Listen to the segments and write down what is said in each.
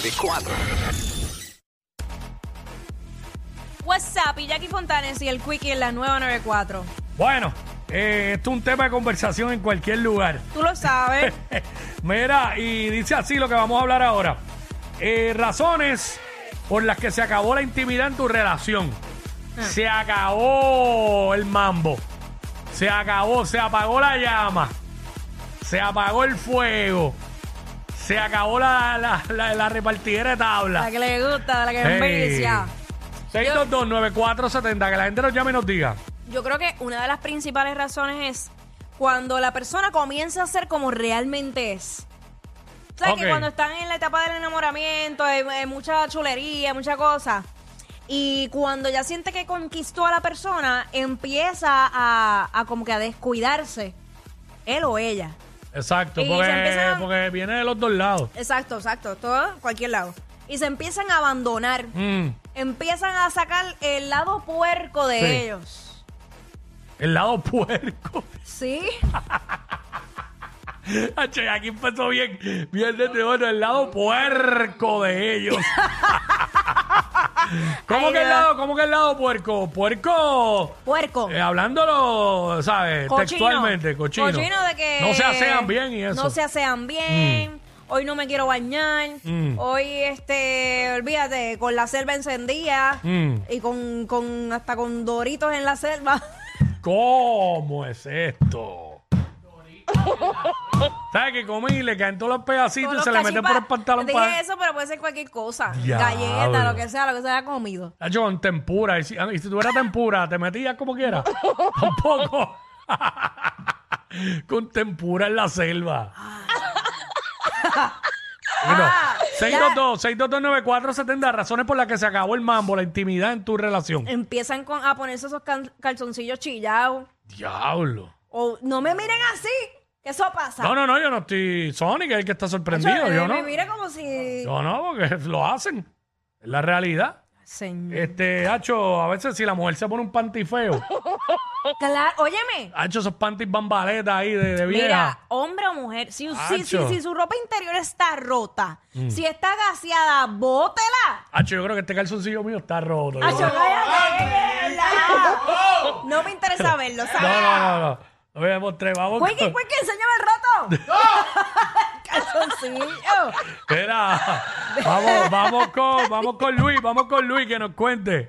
94. What's up, y Jackie Fontanes y el Quickie en la nueva 94. Bueno, esto es un tema de conversación en cualquier lugar. Tú lo sabes. Mira, y dice así lo que vamos a hablar ahora. Razones por las que se acabó la intimidad en tu relación. Se acabó el mambo. Se acabó, se apagó la llama. Se apagó el fuego. Se acabó la repartidera de tabla. La que le gusta, la que envicia. 6229470, que la gente nos llame y nos diga. Yo creo que una de las principales razones es cuando la persona comienza a ser como realmente es. ¿Sabes? Ok. Que cuando están en la etapa del enamoramiento, hay mucha chulería, mucha cosa. Y cuando ya siente que conquistó a la persona, empieza a como que a descuidarse. Él o ella. Exacto, Y se empiezan- porque viene de los dos lados. Exacto, todo, cualquier lado. Y se empiezan a abandonar. Empiezan a sacar el lado puerco de Sí. ellos. El lado puerco. ¿Sí? Che, aquí empezó bien desde bueno, el lado puerco de ellos. ¿Cómo Ay, que Dios. el lado puerco? Puerco, Puerco. hablándolo, ¿sabes? Cochino. Textualmente, cochino. Cochino de que... No se asean bien y eso. No se asean bien. Hoy no me quiero bañar. Hoy, olvídate, con la selva encendida. Y hasta con doritos en la selva. ¿Cómo es esto? ¿Sabes que comí y le caen todos los pedacitos Con y los se le meten por el cachipas. pantalón Dije para... eso, pero puede ser cualquier cosa. Diablo. Galleta, lo que se haya comido. Hacho, con tempura. Y si tuviera tempura, ¿te metías como quieras? Tampoco. Con tempura en la selva. Bueno, 622-9470, razones por las que se acabó el mambo, la intimidad en tu relación. Empiezan a ponerse esos calzoncillos chillados. Diablo. O no me miren así, que eso pasa. No, yo no estoy... Sonic es el que está sorprendido, yo no. Me mira como si... Yo no, porque lo hacen. Es la realidad. Señor. Hacho, a veces si la mujer se pone un panty feo, Claro, óyeme. hacho, esos panties bambaletas ahí de vieja. Mira, hombre o mujer, si Acho. su ropa interior está rota, si está gaseada, bótela. Hacho, yo creo que este calzoncillo mío está roto. Acho, Yo- cállate, no me interesa verlo, ¿sabes? No. Lo voy a mostrar. Vamos Cuiqui, enséñame el roto. Calzoncillo. Espera, vamos con Luis que nos cuente.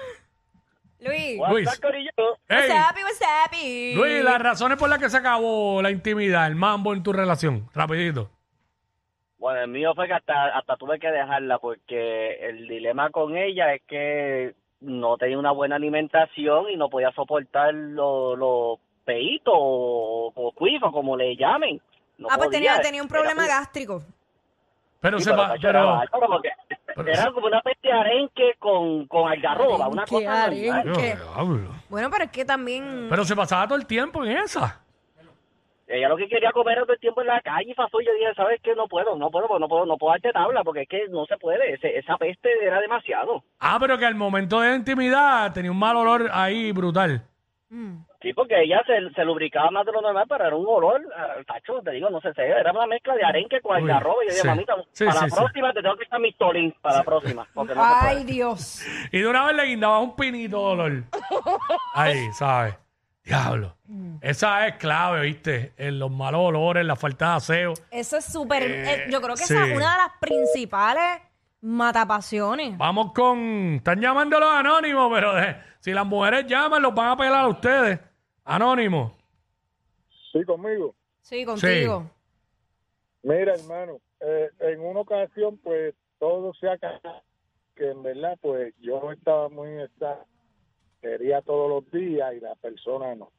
Luis. Luis, hey, What's up? Luis, las razones por las que se acabó la intimidad, el mambo en tu relación, rapidito. Bueno, el mío fue que hasta tuve que dejarla porque el dilema con ella es que no tenía una buena alimentación y no podía soportar los peitos o cuifos, como le llamen. No Pues podía. tenía un problema gástrico. Pero Sí, se va, macho, era pero bárbaro porque pero era como una peste de arenque con algarroba, una Arenque, cosa normal. arenque. Diablo. Bueno, pero es que también... Pero se pasaba todo el tiempo en esa. Ella lo que quería comer era todo el tiempo en la calle y pasó. Yo dije, ¿sabes qué? No puedo darte tabla porque es que no se puede. Esa peste era demasiado. Pero que al momento de la intimidad tenía un mal olor ahí brutal. Sí, porque ella se lubricaba más de lo normal, pero era un olor, tacho, te digo, no sé, era una mezcla de arenque con Uy, algarroba. Y yo dije, sí. mamita, Sí, para sí, la sí. próxima te tengo que echar mi tolín, para la próxima, porque no se Ay, puede. Dios. Y de una vez le guindaba un pinito de olor. Ahí, ¿sabes? Diablo. Esa es clave, ¿viste? En los malos olores, la falta de aseo. Eso es súper... yo creo que sí. esa es una de las principales matapasiones. Vamos con... Están llamando a los anónimos, pero si las mujeres llaman, los van a pelar a ustedes. Anónimo. Sí, conmigo. Sí, contigo. Mira, hermano, en una ocasión, pues, todo se acabó, que en verdad, pues, yo estaba muy quería todos los días y la persona no.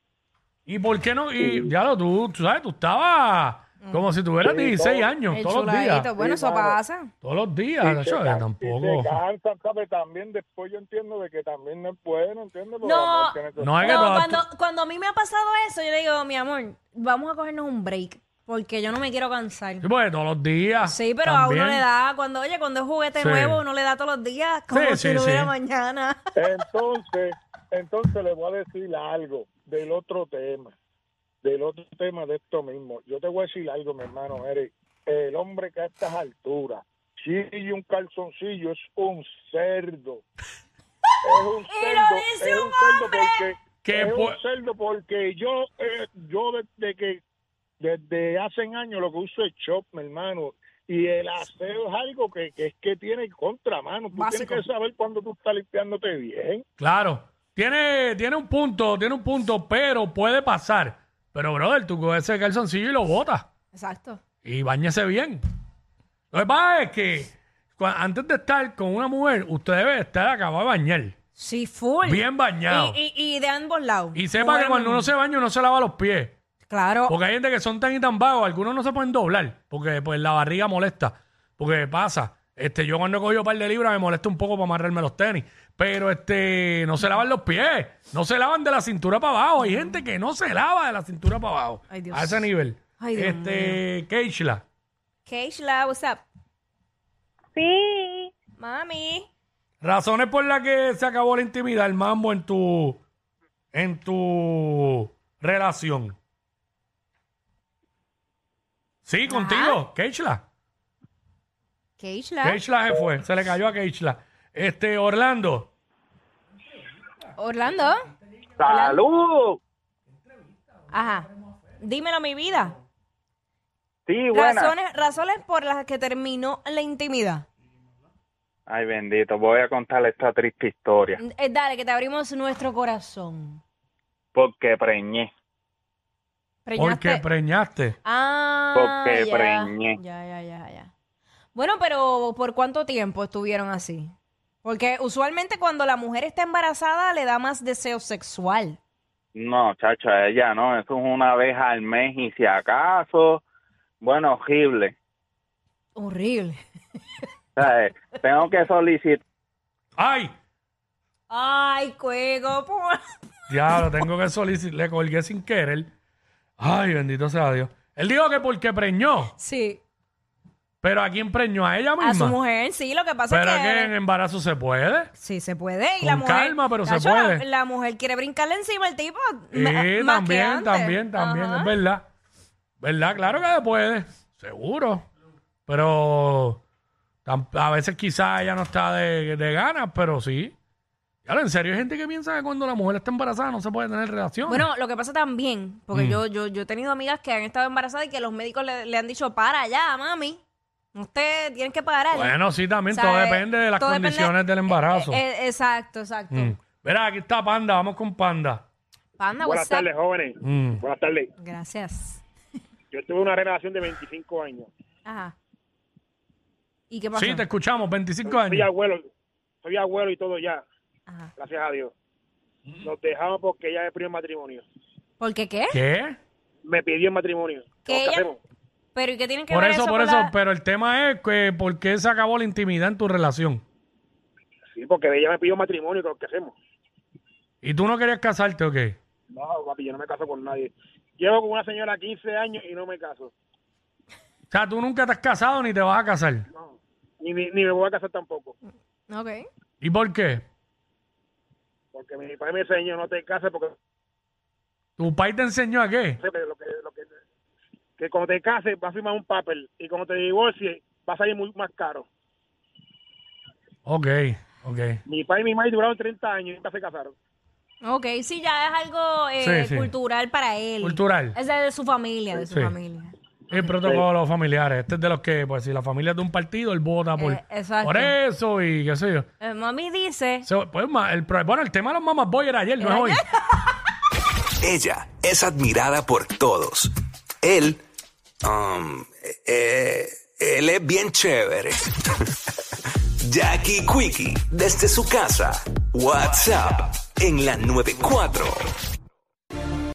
¿Y por qué no? Y ya tú sabes, tú estabas como si tuvieras Sí, 16 todo. años, El todos los días. chuladito. Bueno, Sí, eso mano. pasa. Todos los días, Y Nacho, tampoco. y se cansan, ¿sabes? También después yo entiendo de que también no es bueno, ¿entiendes? Porque No, la mujer tiene no es que No, todas- cuando a mí me ha pasado eso, yo le digo, mi amor, vamos a cogernos un break, porque yo no me quiero cansar. Sí, pues todos los días. Sí, pero también. a uno le da, cuando es juguete Sí. nuevo, uno le da todos los días, como Sí, si sí, no hubiera sí. mañana. Entonces le voy a decir algo del otro tema de esto mismo. Yo te voy a decir algo, mi hermano Eric. El hombre que a estas alturas y un calzoncillo es un cerdo. Es un ¡Y lo dice un hombre! Porque yo desde hace años lo que uso es shop, mi hermano. Y el aseo es algo que tiene contramano. Tú Básico. tienes que saber cuándo tú estás limpiándote bien. Claro. Tiene un punto, pero puede pasar. Pero, brother, tú coges ese calzoncillo y lo botas. Exacto. Y báñese bien. Lo que pasa es que antes de estar con una mujer, usted debe estar acabado de bañar. Sí, full. Bien bañado. Y de ambos lados. Y sepa que cuando uno se baña, uno se lava los pies. Claro. Porque hay gente que son tan y tan vagos, algunos no se pueden doblar, porque pues la barriga molesta. Porque pasa, yo cuando he cogido un par de libras me molesta un poco para amarrarme los tenis. Pero no se lavan los pies, no se lavan de la cintura para abajo. Hay gente que no se lava de la cintura para abajo. Ay, Dios. A ese nivel. Ay, Dios Keishla. Keishla, what's up? Sí, Mami. Razones por las que se acabó la intimidad, el mambo en tu relación. Sí, contigo, Keishla. Keishla. Keishla se le cayó a Keishla. Orlando. Orlando. ¡Salud! Ajá. Dímelo, mi vida. Sí, buena. Razones por las que terminó la intimidad. Ay, bendito, voy a contarle esta triste historia. Dale, que te abrimos nuestro corazón. Porque preñé. Porque preñaste. Ah, Porque ya. preñé. Ya. Bueno, pero ¿por cuánto tiempo estuvieron así? Porque usualmente cuando la mujer está embarazada le da más deseo sexual. No, chacho, ella no, eso es una vez al mes y si acaso, bueno, horrible. Horrible. O sea, tengo que solicitar. ¡Ay! Ay, cuego. Ya lo tengo que solicitar. Le colgué sin querer. Ay, bendito sea Dios. Él dijo que porque preñó. Sí. ¿Pero a quién preñó? ¿A ella misma? A su mujer, sí, lo que pasa Pero es es que en embarazo se puede. Sí, se puede. Y Con la mujer, calma, pero se Tacho, puede. La mujer quiere brincarle encima al tipo. Sí, más que antes. también, Ajá. es verdad. ¿Verdad? Claro que se puede. Seguro. Pero a veces quizás ella no está de ganas, pero sí. Claro, en serio, hay gente que piensa que cuando la mujer está embarazada no se puede tener relación. Bueno, lo que pasa también, porque yo he tenido amigas que han estado embarazadas y que los médicos le han dicho, para ya, mami. Usted tiene que parar. Bueno, sí, también O sea, todo depende de las todo depende- condiciones del embarazo. Exacto. Verá, aquí está Panda, vamos con Panda. Panda, Buenas what's up? tardes, jóvenes. Buenas tardes. Gracias. Yo tuve una relación de 25 años. Ajá. ¿Y qué pasó? Sí, te escuchamos, 25 Soy años. abuelo y todo ya, Ajá. gracias a Dios. Nos dejamos porque ella me pidió matrimonio. ¿Por qué qué? ¿Qué? Me pidió matrimonio. ¿Que Nos ella? casemos. ¿Pero y qué tienen que Por ver eso, con la- pero el tema es que ¿por qué se acabó la intimidad en tu relación? Sí, porque ella me pidió matrimonio y que nos casemos. ¿Y tú no querías casarte o qué? No, papi, yo no me caso con nadie. Llevo con una señora 15 años y no me caso. O sea, tú nunca te has casado ni te vas a casar. No. Ni me voy a casar tampoco. Ok. ¿Y por qué? Porque mi padre me enseñó, no te cases porque ¿Tu país te enseñó a qué? que cuando te cases vas a firmar un papel y cuando te divorcies va a salir más caro. Ok. Mi padre y mi madre duraron 30 años y nunca se casaron. Ok, sí, ya es algo Sí. cultural para él. Cultural. Es de su familia, Sí. familia. El protocolo familiar. Este es de los que, pues, si la familia es de un partido, él vota exacto. por eso y qué sé yo. Mami dice... Pues, el tema de los mamás boy era ayer, no es hoy. Ella es admirada por todos. Él es bien chévere. Jackie Quickie, desde su casa. WhatsApp en la 94.